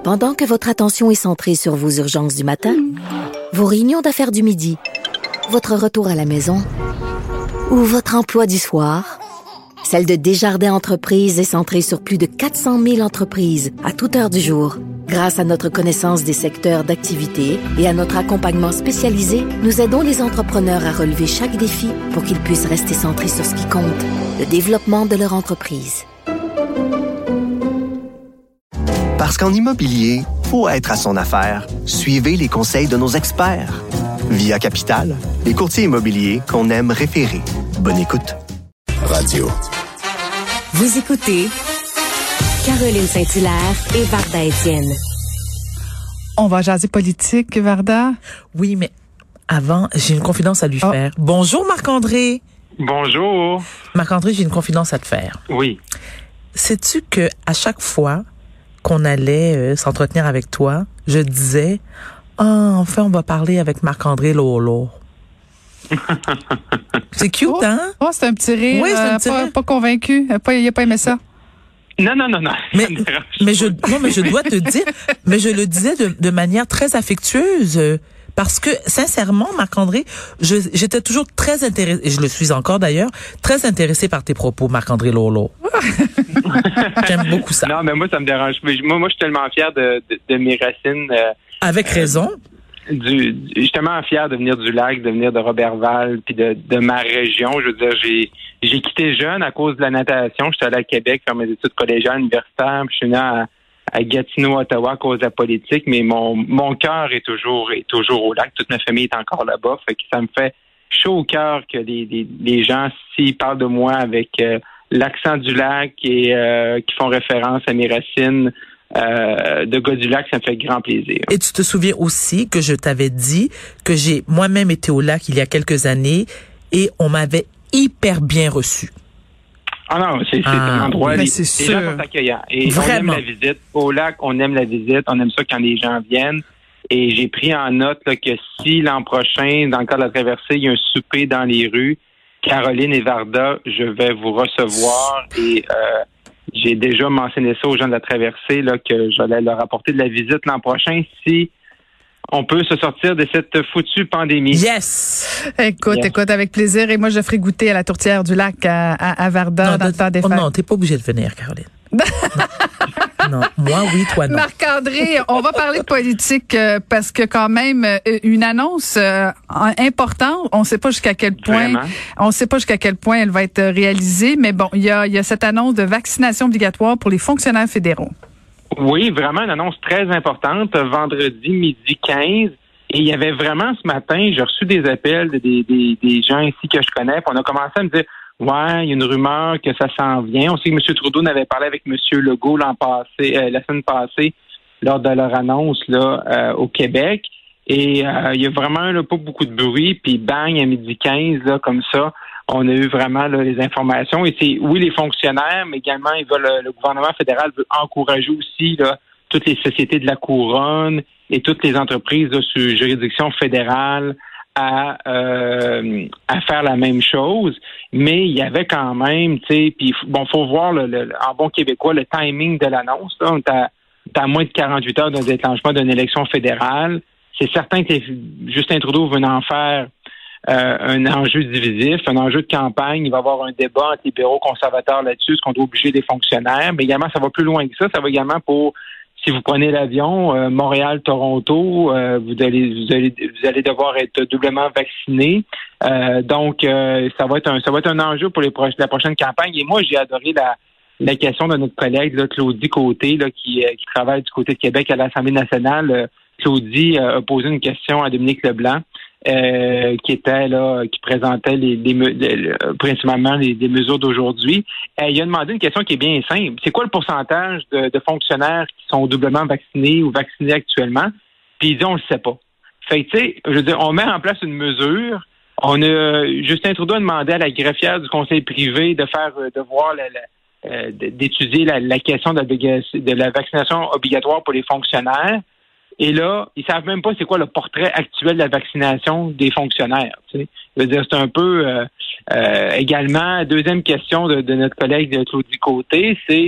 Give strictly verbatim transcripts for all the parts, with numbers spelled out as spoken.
Pendant que votre attention est centrée sur vos urgences du matin, vos réunions d'affaires du midi, votre retour à la maison ou votre emploi du soir, celle de Desjardins Entreprises est centrée sur plus de quatre cent mille entreprises à toute heure du jour. Grâce à notre connaissance des secteurs d'activité et à notre accompagnement spécialisé, nous aidons les entrepreneurs à relever chaque défi pour qu'ils puissent rester centrés sur ce qui compte, le développement de leur entreprise. Parce qu'en immobilier, faut être à son affaire. Suivez les conseils de nos experts. Via Capital, les courtiers immobiliers qu'on aime référer. Bonne écoute. Radio. Vous écoutez Caroline Saint-Hilaire et Varda Étienne. On va jaser politique, Varda? Oui, mais avant, j'ai une confidence à lui oh. faire. Bonjour, Marc-André. Bonjour. Marc-André, j'ai une confidence à te faire. Oui. Sais-tu que à chaque fois qu'on allait euh, s'entretenir avec toi, je disais, ah, oh, enfin, on va parler avec Marc-André Lolo. C'est cute, oh, hein? Oh, c'est un petit rire. Oui, c'est un petit euh, pas, rire. Pas convaincu. Pas, il n'a pas aimé ça. Non, non, non, non. Mais, mais, je, non, mais je dois te dire, mais je le disais de, de manière très affectueuse, euh, parce que, sincèrement, Marc-André, je, j'étais toujours très intéressée, et je le suis encore d'ailleurs, très intéressée par tes propos, Marc-André Lolo. J'aime beaucoup ça. Non, mais moi, ça me dérange. Moi, moi je suis tellement fier de, de, de mes racines. Euh, Avec raison. Euh, Du, justement fier de venir du lac, de venir de Robertval, puis de, de ma région. Je veux dire, j'ai j'ai quitté jeune à cause de la natation. J'étais allé à Québec faire mes études collégiales, universitaires, puis je suis venu à, à Gatineau, Ottawa à cause de la politique, mais mon mon cœur est toujours est toujours au lac. Toute ma famille est encore là-bas. Fait que ça me fait chaud au cœur que les, les, les gens, s'ils parlent de moi avec euh, l'accent du lac et euh, qui font référence à mes racines, Euh, de gars du lac, ça me fait grand plaisir. Et tu te souviens aussi que je t'avais dit que j'ai moi-même été au lac il y a quelques années et on m'avait hyper bien reçu. Ah non, c'est, c'est ah, un endroit, les, c'est les gens sont accueillants. Et Vraiment. on aime la visite. Au lac, on aime la visite. On aime ça quand les gens viennent. Et j'ai pris en note là, que si l'an prochain, dans le cadre de la traversée, il y a un souper dans les rues, Caroline et Varda, je vais vous recevoir et euh, j'ai déjà mentionné ça aux gens de la traversée là, que j'allais leur apporter de la visite l'an prochain si on peut se sortir de cette foutue pandémie. Yes! Écoute, yes. écoute, avec plaisir. Et moi, je ferai goûter à la tourtière du lac à, à, à Varda Non, dans le temps des oh fêtes. non, t'es pas obligé de venir, Caroline. non. non, moi oui, toi non. Marc-André, on va parler de politique euh, parce que quand même euh, une annonce euh, importante. On ne sait pas jusqu'à quel point, Vraiment? on ne sait pas jusqu'à quel point elle va être réalisée, mais bon, il y a, il y a cette annonce de vaccination obligatoire pour les fonctionnaires fédéraux. Oui, vraiment une annonce très importante, vendredi midi quinze. Et il y avait vraiment ce matin, j'ai reçu des appels de des, des, des gens ici que je connais, puis on a commencé à me dire ouais, il y a une rumeur que ça s'en vient. On sait que M. Trudeau n'avait parlé avec M. Legault l'an passé, euh, la semaine passée, lors de leur annonce là euh, au Québec. Et euh, il y a vraiment là, pas beaucoup de bruit, puis bang, à midi quinze, là, comme ça, on a eu vraiment là, les informations. Et c'est oui les fonctionnaires, mais également ils veulent, le gouvernement fédéral veut encourager aussi là, toutes les sociétés de la couronne et toutes les entreprises là, sous juridiction fédérale à euh, à faire la même chose. Mais il y avait quand même, tu sais, puis bon, faut voir le, le, en bon québécois le timing de l'annonce. Là, on est à, on est à moins de quarante-huit heures d'un déclenchement d'une élection fédérale. C'est certain que Justin Trudeau veut en faire euh, un enjeu divisif, un enjeu de campagne. Il va y avoir un débat entre libéraux conservateurs là-dessus, est-ce qu'on doit obliger des fonctionnaires. Mais également, ça va plus loin que ça. Ça va également pour, si vous prenez l'avion, euh, Montréal-Toronto, euh, vous allez vous allez vous allez devoir être doublement vacciné. Euh, donc, euh, ça va être un ça va être un enjeu pour les pro- la prochaine campagne. Et moi, j'ai adoré la la question de notre collègue là, Claudie Côté, là, qui, euh, qui travaille du côté de Québec à l'Assemblée nationale. Euh, Claudie euh, a posé une question à Dominique Leblanc, euh, qui était là, qui présentait les, les, les principalement les, les mesures d'aujourd'hui. Euh, il a demandé une question qui est bien simple. C'est quoi le pourcentage de, de fonctionnaires qui sont doublement vaccinés ou vaccinés actuellement? Puis il dit on le sait pas. Fait que tu sais, je veux dire, on met en place une mesure. On a Justin Trudeau a demandé à la greffière du conseil privé de faire de voir la, la euh, d'étudier la, la question de la, de la vaccination obligatoire pour les fonctionnaires. Et là, ils savent même pas c'est quoi le portrait actuel de la vaccination des fonctionnaires. Tu sais. Je veux dire, c'est un peu euh, euh, également, deuxième question de, de notre collègue de Claudie Côté, c'est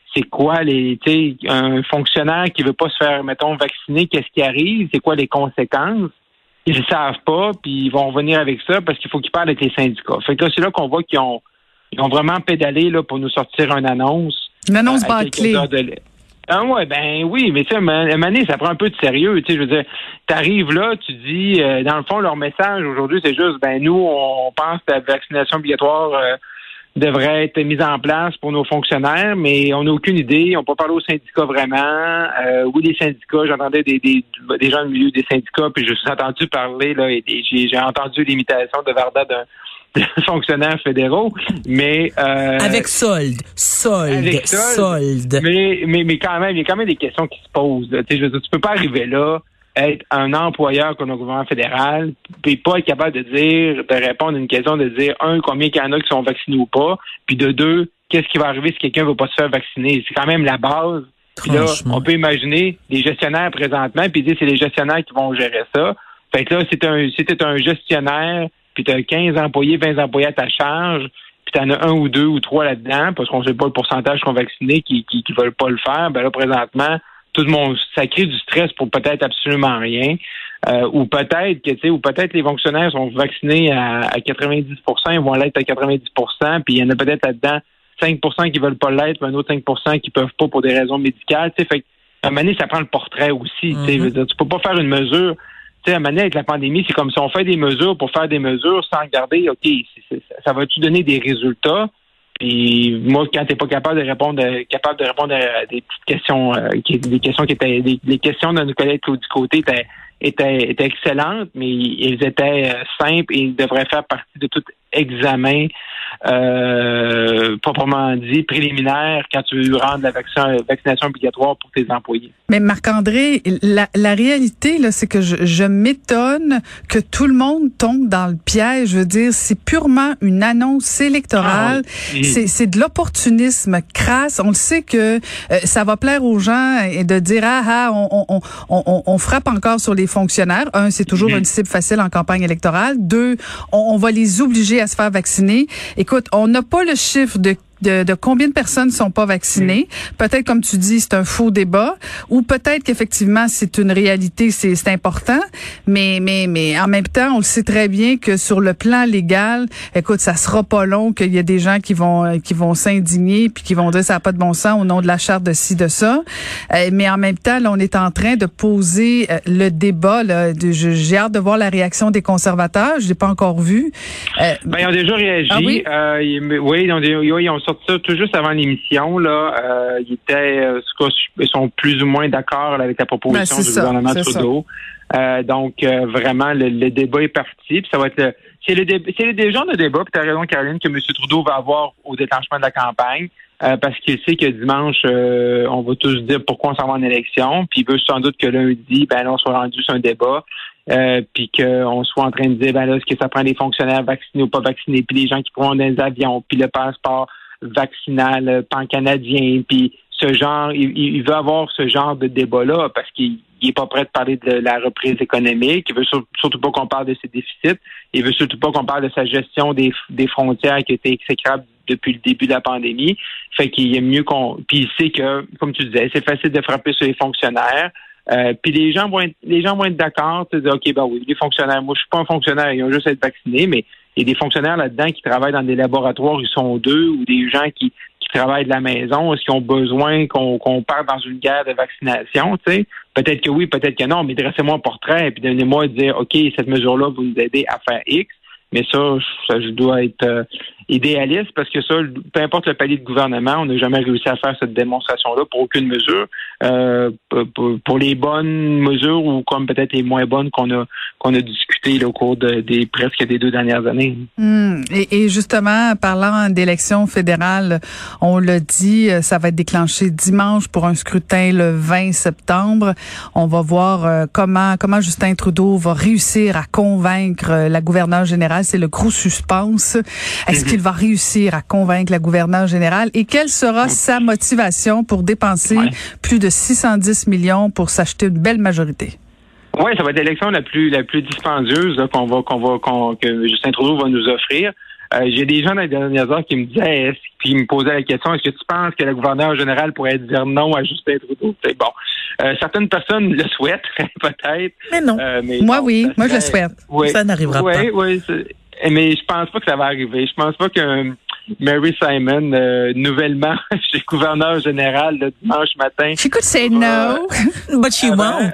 c'est quoi les, tu sais, un fonctionnaire qui veut pas se faire, mettons, vacciner, qu'est-ce qui arrive, c'est quoi les conséquences. Ils le savent pas, puis ils vont revenir avec ça parce qu'il faut qu'ils parlent avec les syndicats. Fait que là, c'est là qu'on voit qu'ils ont, ils ont vraiment pédalé là pour nous sortir une annonce. Une annonce euh, bâclée. De... Ah ouais, ben oui, mais tu sais, à un moment donné, ça prend un peu de sérieux. Tu sais, je veux dire, t'arrives là, tu dis, euh, dans le fond, leur message aujourd'hui, c'est juste, ben nous, on pense que la vaccination obligatoire euh, devrait être mise en place pour nos fonctionnaires, mais on n'a aucune idée. On peut pas parler aux syndicats vraiment. Euh, oui, les syndicats, j'entendais des, des, des gens du milieu des syndicats, puis je suis entendu parler, là, et, et j'ai, j'ai entendu l'imitation de Varda d'un de fonctionnaires fédéraux, mais euh, avec solde, solde, avec solde, solde. Mais, mais mais quand même, il y a quand même des questions qui se posent. Là. Tu sais, je veux dire, tu peux pas arriver là, être un employeur comme le gouvernement fédéral, puis pas être capable de dire, de répondre à une question, de dire un, combien il y en a qui sont vaccinés ou pas, puis de deux, qu'est-ce qui va arriver si quelqu'un veut pas se faire vacciner. C'est quand même la base. Puis là, on peut imaginer les gestionnaires présentement, puis dire c'est les gestionnaires qui vont gérer ça. Fait que là, c'est un, si t'es un gestionnaire, puis tu as quinze employés, vingt employés à ta charge, puis tu en as un ou deux ou trois là-dedans, parce qu'on ne sait pas le pourcentage qu'on vaccinés qui qui, qui veulent pas le faire, ben là, présentement, tout le monde, ça crée du stress pour peut-être absolument rien. Euh, ou peut-être que, tu sais, ou peut-être les fonctionnaires sont vaccinés à, à quatre-vingt-dix pour cent, ils vont l'être à quatre-vingt-dix pour cent, puis il y en a peut-être là-dedans cinq pour cent qui veulent pas l'être, puis un autre cinq pour cent qui peuvent pas pour des raisons médicales. Tu sais, fait qu'à un moment donné, ça prend le portrait aussi. Mm-hmm. Tu sais, tu peux pas faire une mesure. Tu sais, à un moment donné, avec la pandémie, c'est comme si on fait des mesures pour faire des mesures sans regarder, OK, c'est, c'est, ça va-tu donner des résultats? Puis moi, quand t'es pas capable de répondre, capable de répondre à des petites questions, euh, qui, des questions qui étaient, des, des questions de nos collègues du côté étaient, étaient, étaient excellentes, mais elles étaient simples et devraient faire partie de tout examen, euh, proprement dit, préliminaire quand tu rends la vaccin, vaccination obligatoire pour tes employés. Mais Marc-André, la, la réalité, là, c'est que je, je m'étonne que tout le monde tombe dans le piège. Je veux dire, c'est purement une annonce électorale. Ah oui. C'est, c'est de l'opportunisme crasse. On le sait que euh, ça va plaire aux gens et de dire, ah, ah, on, on, on, on frappe encore sur les fonctionnaires. Un, c'est toujours mmh. une cible facile en campagne électorale. Deux, on, on va les obliger à se faire vacciner. Écoute, on n'a pas le chiffre de De, de combien de personnes sont pas vaccinées. Mmh. Peut-être, comme tu dis, c'est un faux débat, ou peut-être qu'effectivement c'est une réalité, c'est, c'est important, mais mais mais en même temps, on le sait très bien que sur le plan légal, écoute, ça sera pas long qu'il y a des gens qui vont qui vont s'indigner puis qui vont dire ça n'a pas de bon sens au nom de la charte de ci de ça. Euh, mais en même temps, là, on est en train de poser euh, le débat. Là, de, je, j'ai hâte de voir la réaction des conservateurs. Je l'ai pas encore vu. Euh, ben, ils ont déjà réagi. Ah oui, euh, ils, oui, ils ont, ils ont sorti ça tout juste avant l'émission. Là, euh, ils étaient, euh, ils sont plus ou moins d'accord là, avec la proposition ben, du ça, gouvernement Trudeau. Euh, donc euh, vraiment, le, le débat est parti. Puis ça va être le, c'est le, dé, c'est le genre de débat. Puis t'as raison, Caroline, que M. Trudeau va avoir au déclenchement de la campagne. Euh, parce qu'il sait que dimanche, euh, on va tous dire pourquoi on s'en va en élection. Puis il veut sans doute que lundi, ben là, on soit rendu sur un débat. Euh, puis qu'on soit en train de dire, ben là, est-ce que ça prend des fonctionnaires vaccinés ou pas vaccinés, puis les gens qui prennent des avions, puis le passeport vaccinal pan-canadien, puis ce genre, il, il veut avoir ce genre de débat-là parce qu'il il est pas prêt de parler de la reprise économique, il veut surtout pas qu'on parle de ses déficits, il veut surtout pas qu'on parle de sa gestion des, des frontières qui a été exécrable depuis le début de la pandémie. Fait qu'il est mieux qu'on... Puis il sait que, comme tu disais, c'est facile de frapper sur les fonctionnaires. Euh, puis les gens vont être, les gens vont être d'accord, tu dis, OK, ben oui, les fonctionnaires, moi je suis pas un fonctionnaire, ils ont juste à être vaccinés, mais il y a des fonctionnaires là-dedans qui travaillent dans des laboratoires, ils sont deux, ou des gens qui, qui travaillent de la maison, est-ce qu'ils ont besoin qu'on, qu'on parte dans une guerre de vaccination, tu sais? Peut-être que oui, peut-être que non, mais dressez-moi un portrait et puis donnez-moi de dire, OK, cette mesure-là va nous aider à faire X. Mais ça, ça, je dois être euh, idéaliste parce que ça, peu importe le palier de gouvernement, on n'a jamais réussi à faire cette démonstration-là pour aucune mesure. Euh, pour, pour les bonnes mesures ou comme peut-être les moins bonnes qu'on a qu'on a discutées là, au cours de, des presque des deux dernières années. Mmh. Et, et justement, parlant d'élections fédérales, on l'a dit, ça va être déclenché dimanche pour un scrutin le vingt septembre. On va voir euh, comment comment Justin Trudeau va réussir à convaincre la gouverneure générale. C'est le gros suspense. Est-ce qu'il va réussir à convaincre la gouverneure générale? Et quelle sera sa motivation pour dépenser ouais. plus de six cent dix millions pour s'acheter une belle majorité? Oui, ça va être l'élection la plus la plus dispendieuse là, qu'on va qu'on va qu'on, que Justin Trudeau va nous offrir. Euh, j'ai des gens dans les dernières heures qui me disaient, est-ce, puis ils me posaient la question, est-ce que tu penses que le gouverneur général pourrait dire non à Justin Trudeau? C'est bon. Euh, certaines personnes le souhaitent, peut-être. Mais non. Euh, mais moi, bon, oui. serait, Moi, je le souhaite. Oui, ça n'arrivera oui, pas. Oui, oui. Mais je pense pas que ça va arriver. Je pense pas que Mary Simon, euh, nouvellement chez gouverneur général le dimanche matin. She could say no. But she won't.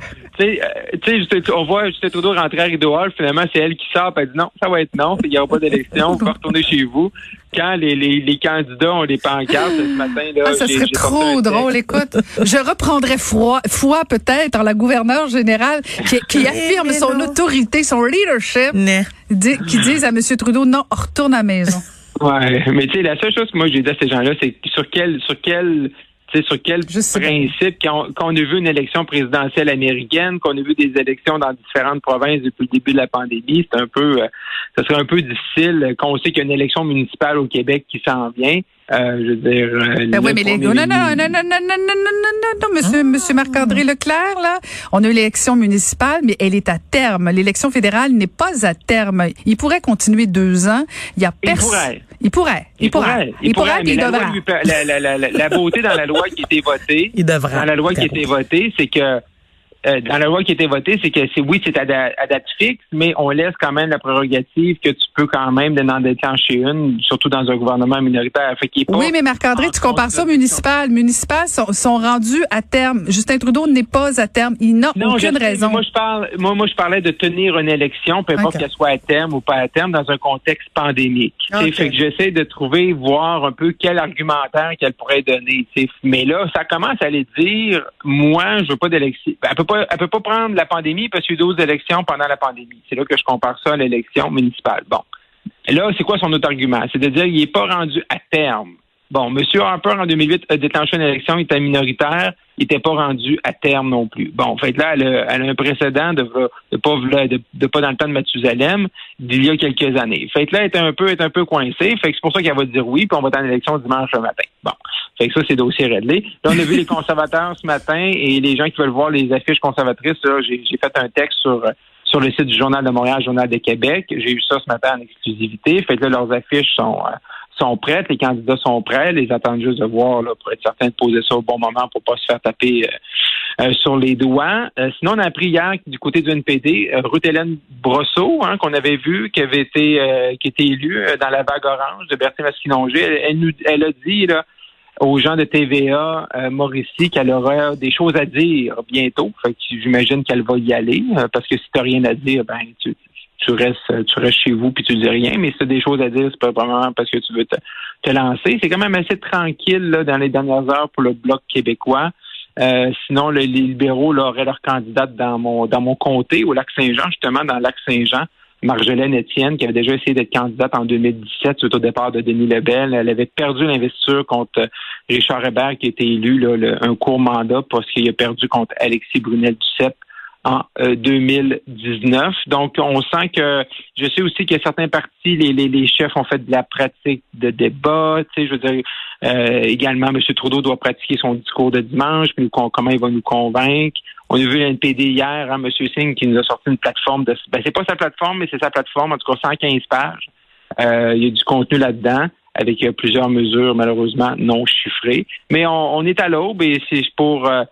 Tu sais, on voit Justin Trudeau rentrer à Rideau Hall, finalement, c'est elle qui sort, elle dit non, ça va être non, il n'y aura pas d'élection, vous pouvez retourner chez vous. Quand les, les, les candidats ont des pancartes ce matin, là, ah, ça j'ai, serait j'ai trop drôle. Écoute, je reprendrais foi, foi peut-être en la gouverneure générale qui, qui affirme mais son non. autorité, son leadership, dit, qui disent à M. Trudeau non, on retourne à la maison. Ouais, mais tu sais, la seule chose que moi j'ai dit à ces gens-là, c'est sur quel, sur quel C'est sur quel principe qu'on, qu'on a vu une élection présidentielle américaine, qu'on a vu des élections dans différentes provinces depuis le début de la pandémie, c'est un peu, euh, ça serait un peu difficile qu'on sait qu'il y a une élection municipale au Québec qui s'en vient. Euh, je veux dire. Euh, ben oui, mais les, non, non, non, non, non, non, non, non, non, non, non, monsieur, ah. monsieur Marc-André Leclerc, là, on a eu l'élection municipale, mais elle est à terme. L'élection fédérale n'est pas à terme. Il pourrait continuer deux ans. Il y a personne. Il pourrait. Il pourrait. Il pourrait. Il pourrait. Il pourrait. Il pourrait. La, la, la, la, la beauté dans la loi qui a été votée. Il devrait. Dans la loi qui a été votée, c'est que Euh, dans la loi qui a été votée, c'est que c'est oui, c'est à, da, à date fixe, mais on laisse quand même la prérogative que tu peux quand même en déclencher une, surtout dans un gouvernement minoritaire. Fait qu'il est pas oui, mais Marc-André, tu compares ça au municipal. Municipal sont, sont rendus à terme. Justin Trudeau n'est pas à terme. Il n'a non, aucune sais, raison. Moi, je parle, moi, moi, je parlais de tenir une élection, peu importe okay. qu'elle soit à terme ou pas à terme, dans un contexte pandémique. Okay. Fait que j'essaie de trouver, voir un peu quel argumentaire qu'elle pourrait donner. T'sais. Mais là, ça commence à aller dire, moi, je veux pas d'élection. Elle peut pas, elle peut pas prendre la pandémie parce qu'il y a eu d'autres élections pendant la pandémie. C'est là que je compare ça à l'élection municipale. Bon. Et là, c'est quoi son autre argument? C'est de dire qu'il n'est pas rendu à terme. Bon, M. Harper, en deux mille huit, a déclenché une élection, il était minoritaire, il n'était pas rendu à terme non plus. Bon, en fait, là, elle a, elle a un précédent de, de pas de, de pas dans le temps de Mathusalem d'il y a quelques années. Fait que là, elle est un peu, est un peu coincée. Fait que c'est pour ça qu'elle va dire oui, puis on va être en élection dimanche matin. Bon. Fait que ça, c'est dossier réglé. Là, on a vu les conservateurs ce matin et les gens qui veulent voir les affiches conservatrices, là, j'ai, j'ai fait un texte sur, sur le site du Journal de Montréal, Journal de Québec. J'ai eu ça ce matin en exclusivité. Fait que là, leurs affiches sont, euh, sont prêtes, les candidats sont prêts, les attendent juste de voir là, pour être certains de poser ça au bon moment pour pas se faire taper euh, euh, sur les doigts. Euh, sinon, on a appris hier du côté du N P D, euh, Ruth-Hélène Brosseau, hein, qu'on avait vu, qui avait été euh, qui était élue euh, dans la vague orange de Berthier-Masquinongé. Elle, elle, nous, elle a dit là aux gens de T V A, euh, Mauricie, qu'elle aura des choses à dire bientôt. Fait que j'imagine qu'elle va y aller, euh, parce que si tu n'as rien à dire, ben tu tu restes tu restes chez vous puis tu dis rien, mais si tu as des choses à dire, c'est pas vraiment parce que tu veux te, te lancer. C'est quand même assez tranquille là, dans les dernières heures pour le Bloc québécois. Euh, sinon, le, les libéraux là, auraient leur candidate dans mon dans mon comté, au Lac-Saint-Jean, justement, dans le Lac-Saint-Jean, Marjolaine Étienne, qui avait déjà essayé d'être candidate en deux mille dix-sept suite au départ de Denis Lebel. Elle avait perdu l'investiture contre Richard Hébert, qui était élu là, le, un court mandat parce qu'il a perdu contre Alexis Brunel-Duceppe en euh, deux mille dix-neuf. Donc, on sent que, je sais aussi que certains partis, les, les, les chefs ont fait de la pratique de débat. Tu sais, je veux dire, euh, également, M. Trudeau doit pratiquer son discours de dimanche, puis nous, comment il va nous convaincre. On a vu le N P D hier, hein, M. Singh, qui nous a sorti une plateforme de, ben, c'est pas sa plateforme, mais c'est sa plateforme, en tout cas cent quinze pages. Euh, il y a du contenu là-dedans, avec euh, plusieurs mesures, malheureusement, non chiffrées. Mais on, on est à l'aube, et c'est pour, euh,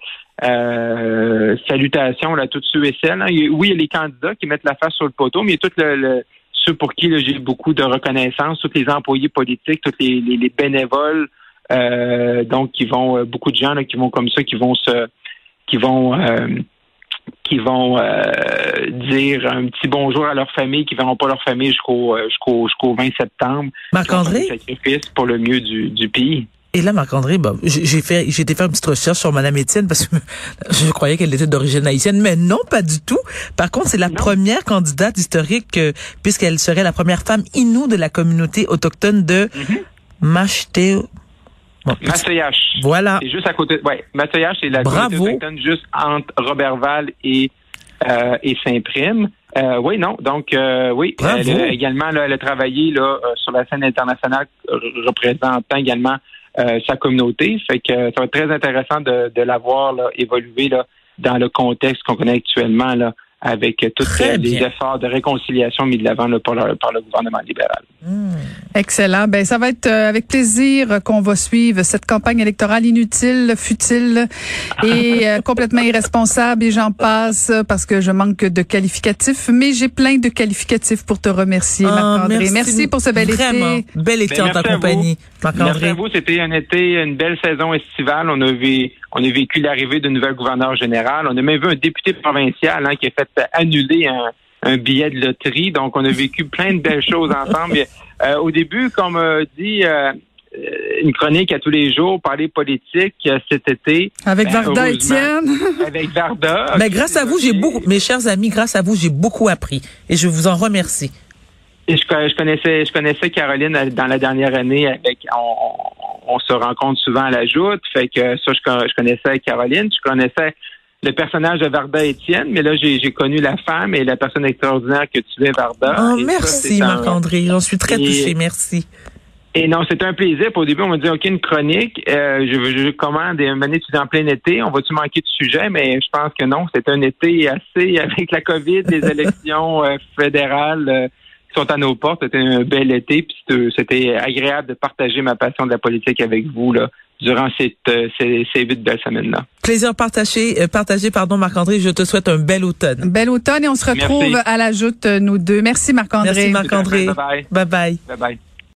Euh, salutations là, à tous ceux et celles. Hein. Oui, il y a les candidats qui mettent la face sur le poteau, mais il y a tous le, le, ceux pour qui là, j'ai beaucoup de reconnaissance, tous les employés politiques, tous les, les, les bénévoles, euh, donc qui vont, euh, beaucoup de gens là, qui vont comme ça, qui vont se, qui vont, euh, qui vont euh, dire un petit bonjour à leur famille, qui ne verront pas leur famille jusqu'au, jusqu'au, jusqu'au vingt septembre. Marc-André? Sacrifice pour le mieux du, du pays. Et là, Marc-André, bon, j'ai fait, j'ai été faire une petite recherche sur Mme Étienne parce que je croyais qu'elle était d'origine haïtienne, mais non, pas du tout. Par contre, c'est la non. première candidate historique, euh, puisqu'elle serait la première femme inoue de la communauté autochtone de mm-hmm. Macheteo. Bon, Matsuyash. Voilà. C'est juste à côté. Ouais, Matsuyash, c'est la Bravo. communauté autochtone juste entre Roberval et euh, et Saint-Prime. Euh, oui, non. Donc, euh, oui. Bravo. Elle a également, là, elle a travaillé là sur la scène internationale, représentant également Euh, sa communauté. Fait que euh, ça va être très intéressant de, de la voir là, évoluer là, dans le contexte qu'on connaît actuellement là, avec tous euh, les efforts de réconciliation mis de l'avant là, pour le, par le gouvernement libéral. Mmh. Excellent. Ben ça va être euh, avec plaisir qu'on va suivre cette campagne électorale inutile, futile et euh, complètement irresponsable et j'en passe parce que je manque de qualificatifs, mais j'ai plein de qualificatifs pour te remercier, oh, Marc-André. Merci, merci pour ce bel Vraiment, été. Bel été ben, en ta compagnie, Marc-André. Merci à vous. C'était un été, une belle saison estivale. On a vu, on a vécu l'arrivée de nouvelle gouverneure générale. On a même vu un député provincial hein, qui a fait annuler un, un billet de loterie. Donc, on a vécu plein de belles choses ensemble. Euh, au début, comme euh, dit euh, une chronique à tous les jours, parler politique euh, cet été. Avec ben, Varda Étienne. Avec Varda. Mais grâce à vous, j'ai beaucoup, mes chers amis, grâce à vous, j'ai beaucoup appris. Et je vous en remercie. Et je, je connaissais, je connaissais Caroline dans la dernière année. Avec, on, on se rencontre souvent à la joute. Fait que ça, je, je connaissais Caroline. Je connaissais le personnage de Varda Étienne, mais là, j'ai, j'ai connu la femme et la personne extraordinaire que tu es, Varda. Oh, et merci, Marc-André. J'en suis très et, touchée. Merci. Et non, c'était un plaisir. Puis au début, on m'a dit, OK, une chronique. Euh, je, je commande une année, tu es en plein été. On va-tu manquer de sujet? Mais je pense que non. C'était un été assez, avec la COVID, les élections euh, fédérales euh, qui sont à nos portes. C'était un bel été. Puis c'était agréable de partager ma passion de la politique avec vous, là, durant cette, euh, ces, ces huit belles semaines-là. Plaisir partagé, euh, partagé, pardon, Marc-André. Je te souhaite un bel automne. Bel automne et on se retrouve Merci. à la joute, nous deux. Merci, Marc-André. Merci, Marc-André. Bye bye. Bye bye. Bye bye.